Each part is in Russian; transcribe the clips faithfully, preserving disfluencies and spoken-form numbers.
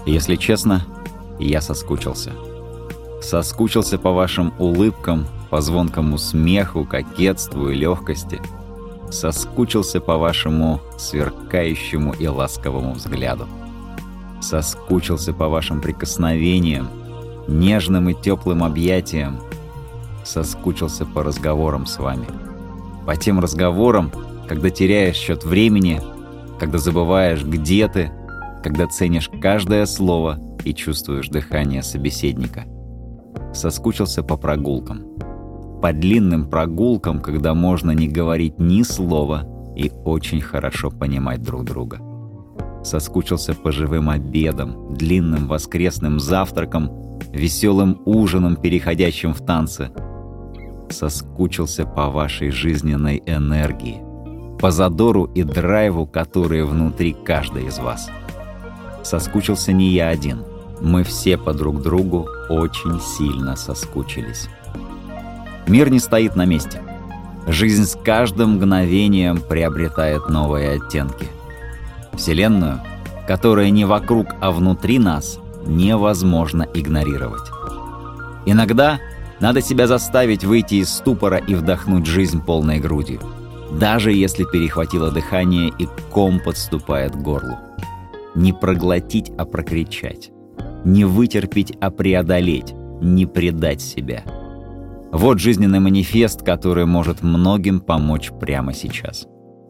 Если честно, я соскучился. Соскучился по вашим улыбкам, по звонкому смеху, кокетству и легкости. Соскучился по вашему сверкающему и ласковому взгляду. Соскучился по вашим прикосновениям, нежным и теплым объятиям. Соскучился по разговорам с вами. По тем разговорам, когда теряешь счет времени, когда забываешь, где ты, когда ценишь каждое слово и чувствуешь дыхание собеседника. Соскучился по прогулкам. По длинным прогулкам, когда можно не говорить ни слова и очень хорошо понимать друг друга. Соскучился по живым обедам, длинным воскресным завтракам, веселым ужинам, переходящим в танцы. Соскучился по вашей жизненной энергии, по задору и драйву, которые внутри каждой из вас. Соскучился не я один. Мы все по друг другу очень сильно соскучились. Мир не стоит на месте. Жизнь с каждым мгновением приобретает новые оттенки. Вселенную, которая не вокруг, а внутри нас, невозможно игнорировать. Иногда надо себя заставить выйти из ступора и вдохнуть жизнь полной грудью, даже если перехватило дыхание и ком подступает к горлу. Не проглотить, а прокричать. Не вытерпеть, а преодолеть. Не предать себя. Вот жизненный манифест, который может многим помочь прямо сейчас.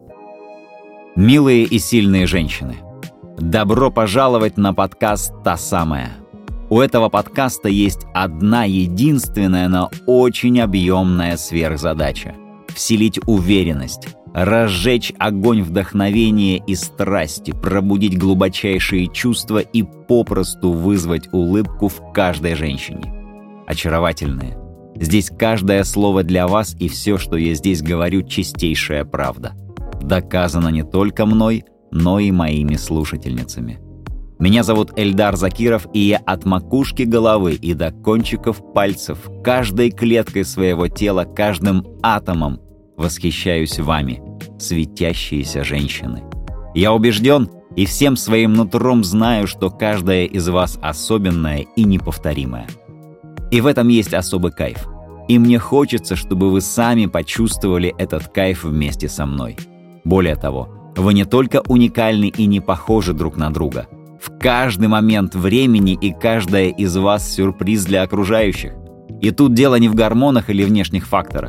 Милые и сильные женщины, добро пожаловать на подкаст «Та самая». У этого подкаста есть одна единственная, но очень объемная сверхзадача – вселить уверенность, разжечь огонь вдохновения и страсти, пробудить глубочайшие чувства и попросту вызвать улыбку в каждой женщине. Очаровательные. Здесь каждое слово для вас, и все, что я здесь говорю, чистейшая правда. Доказано не только мной, но и моими слушательницами. Меня зовут Эльдар Закиров, и я от макушки головы и до кончиков пальцев, каждой клеткой своего тела, каждым атомом восхищаюсь вами, светящиеся женщины. Я убежден и всем своим нутром знаю, что каждая из вас особенная и неповторимая. И в этом есть особый кайф. И мне хочется, чтобы вы сами почувствовали этот кайф вместе со мной. Более того, вы не только уникальны и не похожи друг на друга. В каждый момент времени и каждая из вас сюрприз для окружающих. И тут дело не в гормонах или внешних факторах.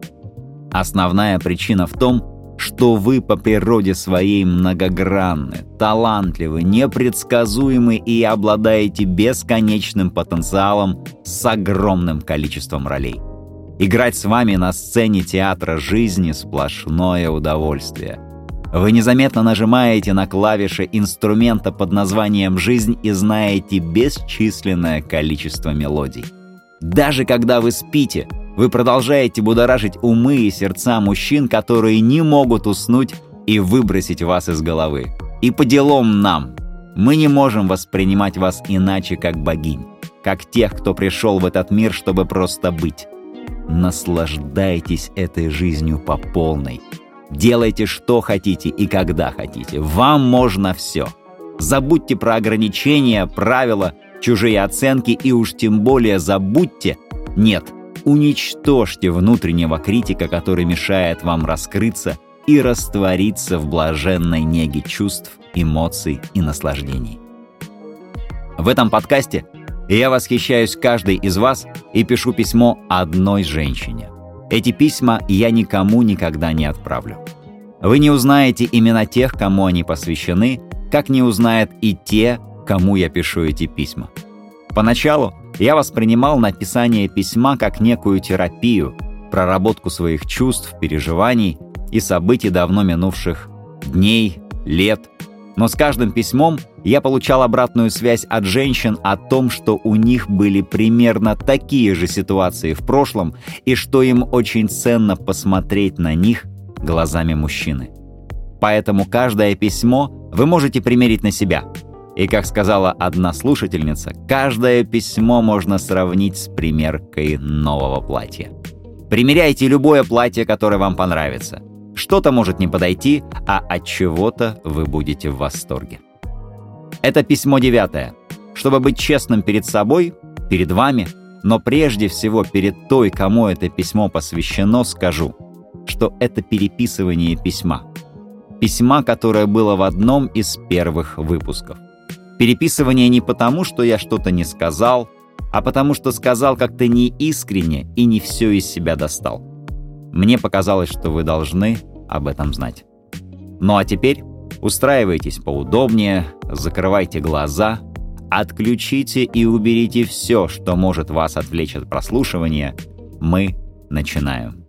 Основная причина в том, что вы по природе своей многогранны, талантливы, непредсказуемы и обладаете бесконечным потенциалом с огромным количеством ролей. Играть с вами на сцене театра жизни – сплошное удовольствие. Вы незаметно нажимаете на клавиши инструмента под названием «Жизнь» и знаете бесчисленное количество мелодий. Даже когда вы спите, вы продолжаете будоражить умы и сердца мужчин, которые не могут уснуть и выбросить вас из головы. И по делам нам. Мы не можем воспринимать вас иначе, как богинь, как тех, кто пришел в этот мир, чтобы просто быть. Наслаждайтесь этой жизнью по полной. Делайте, что хотите и когда хотите. Вам можно все. Забудьте про ограничения, правила, чужие оценки и уж тем более забудьте, нет, уничтожьте внутреннего критика, который мешает вам раскрыться и раствориться в блаженной неге чувств, эмоций и наслаждений. В этом подкасте я восхищаюсь каждой из вас и пишу письмо одной женщине. Эти письма я никому никогда не отправлю. Вы не узнаете имена тех, кому они посвящены, как не узнают и те, кому я пишу эти письма. Поначалу я воспринимал написание письма как некую терапию, проработку своих чувств, переживаний и событий давно минувших дней, лет. Но с каждым письмом я получал обратную связь от женщин о том, что у них были примерно такие же ситуации в прошлом и что им очень ценно посмотреть на них глазами мужчины. Поэтому каждое письмо вы можете примерить на себя. И, как сказала одна слушательница, каждое письмо можно сравнить с примеркой нового платья. Примеряйте любое платье, которое вам понравится. Что-то может не подойти, а от чего-то вы будете в восторге. Это письмо девятое. Чтобы быть честным перед собой, перед вами, но прежде всего перед той, кому это письмо посвящено, скажу, что это переписывание письма. Письма, которое было в одном из первых выпусков. Переписывание не потому, что я что-то не сказал, а потому что сказал как-то неискренне и не все из себя достал. Мне показалось, что вы должны об этом знать. Ну а теперь устраивайтесь поудобнее, закрывайте глаза, отключите и уберите все, что может вас отвлечь от прослушивания. Мы начинаем.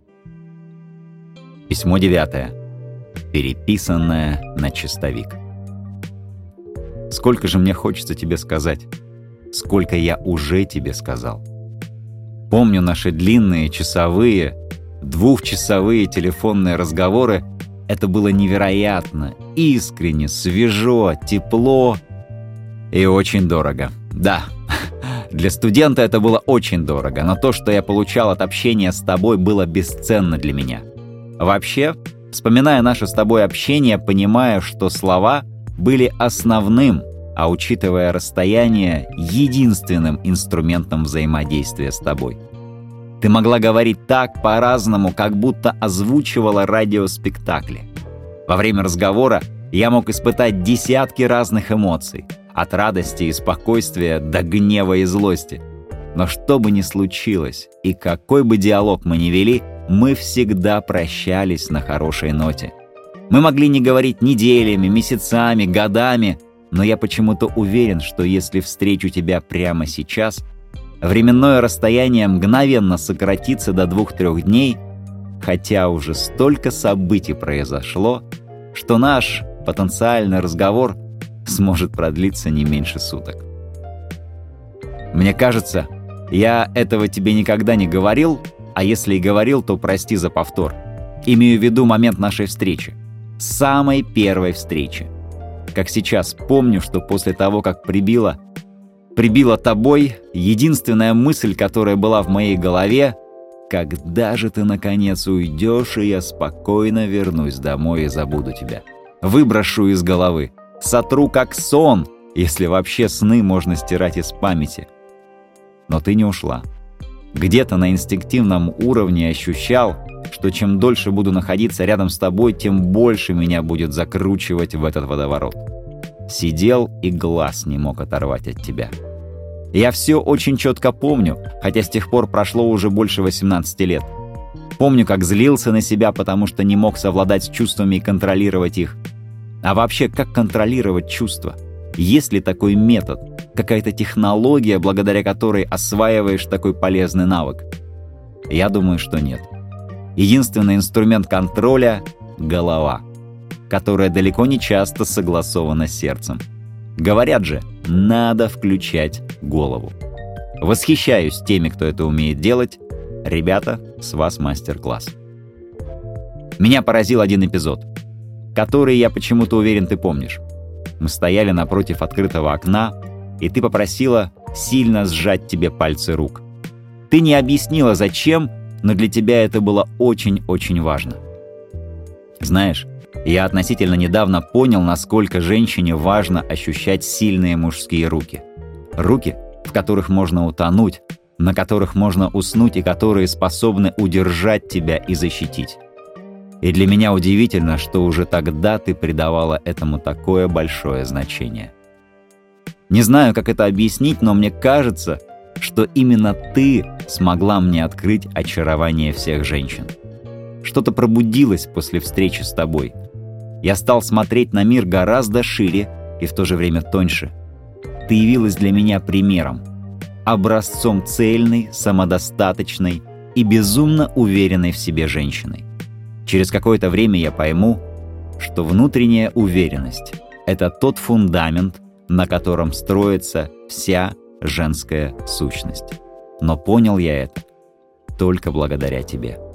Письмо девятое. Переписанное на чистовик. Сколько же мне хочется тебе сказать, сколько я уже тебе сказал. Помню наши длинные часовые, двухчасовые телефонные разговоры. Это было невероятно, искренне, свежо, тепло и очень дорого. Да, для студента это было очень дорого, но то, что я получал от общения с тобой, было бесценно для меня. Вообще, вспоминая наше с тобой общение, понимаю, что слова были основным, а учитывая расстояние, единственным инструментом взаимодействия с тобой. Ты могла говорить так по-разному, как будто озвучивала радиоспектакли. Во время разговора я мог испытать десятки разных эмоций, от радости и спокойствия до гнева и злости. Но что бы ни случилось, и какой бы диалог мы ни вели, мы всегда прощались на хорошей ноте. Мы могли не говорить неделями, месяцами, годами, но я почему-то уверен, что если встречу тебя прямо сейчас, временное расстояние мгновенно сократится до двух-трех дней, хотя уже столько событий произошло, что наш потенциальный разговор сможет продлиться не меньше суток. Мне кажется, я этого тебе никогда не говорил, а если и говорил, то прости за повтор. Имею в виду момент нашей встречи. Самой первой встречи. Как сейчас помню, что после того, как прибило, прибило тобой, единственная мысль, которая была в моей голове: когда же ты наконец уйдешь, и я спокойно вернусь домой и забуду тебя. Выброшу из головы, сотру как сон, если вообще сны можно стирать из памяти. Но ты не ушла. Где-то на инстинктивном уровне ощущал, что чем дольше буду находиться рядом с тобой, тем больше меня будет закручивать в этот водоворот. Сидел и глаз не мог оторвать от тебя. Я все очень четко помню, хотя с тех пор прошло уже больше восемнадцати лет. Помню, как злился на себя, потому что не мог совладать с чувствами и контролировать их. А вообще, как контролировать чувства? Есть ли такой метод, какая-то технология, благодаря которой осваиваешь такой полезный навык? Я думаю, что нет. Единственный инструмент контроля — голова, которая далеко не часто согласована с сердцем. Говорят же, надо включать голову. Восхищаюсь теми, кто это умеет делать. Ребята, с вас мастер-класс. Меня поразил один эпизод, который, я почему-то уверен, ты помнишь. Мы стояли напротив открытого окна, и ты попросила сильно сжать тебе пальцы рук. Ты не объяснила, зачем, но для тебя это было очень-очень важно. Знаешь, я относительно недавно понял, насколько женщине важно ощущать сильные мужские руки. Руки, в которых можно утонуть, на которых можно уснуть и которые способны удержать тебя и защитить. И для меня удивительно, что уже тогда ты придавала этому такое большое значение. Не знаю, как это объяснить, но мне кажется, что именно ты смогла мне открыть очарование всех женщин. Что-то пробудилось после встречи с тобой. Я стал смотреть на мир гораздо шире и в то же время тоньше. Ты явилась для меня примером, образцом цельной, самодостаточной и безумно уверенной в себе женщиной. Через какое-то время я пойму, что внутренняя уверенность — это тот фундамент, на котором строится вся женская сущность. Но понял я это только благодаря тебе.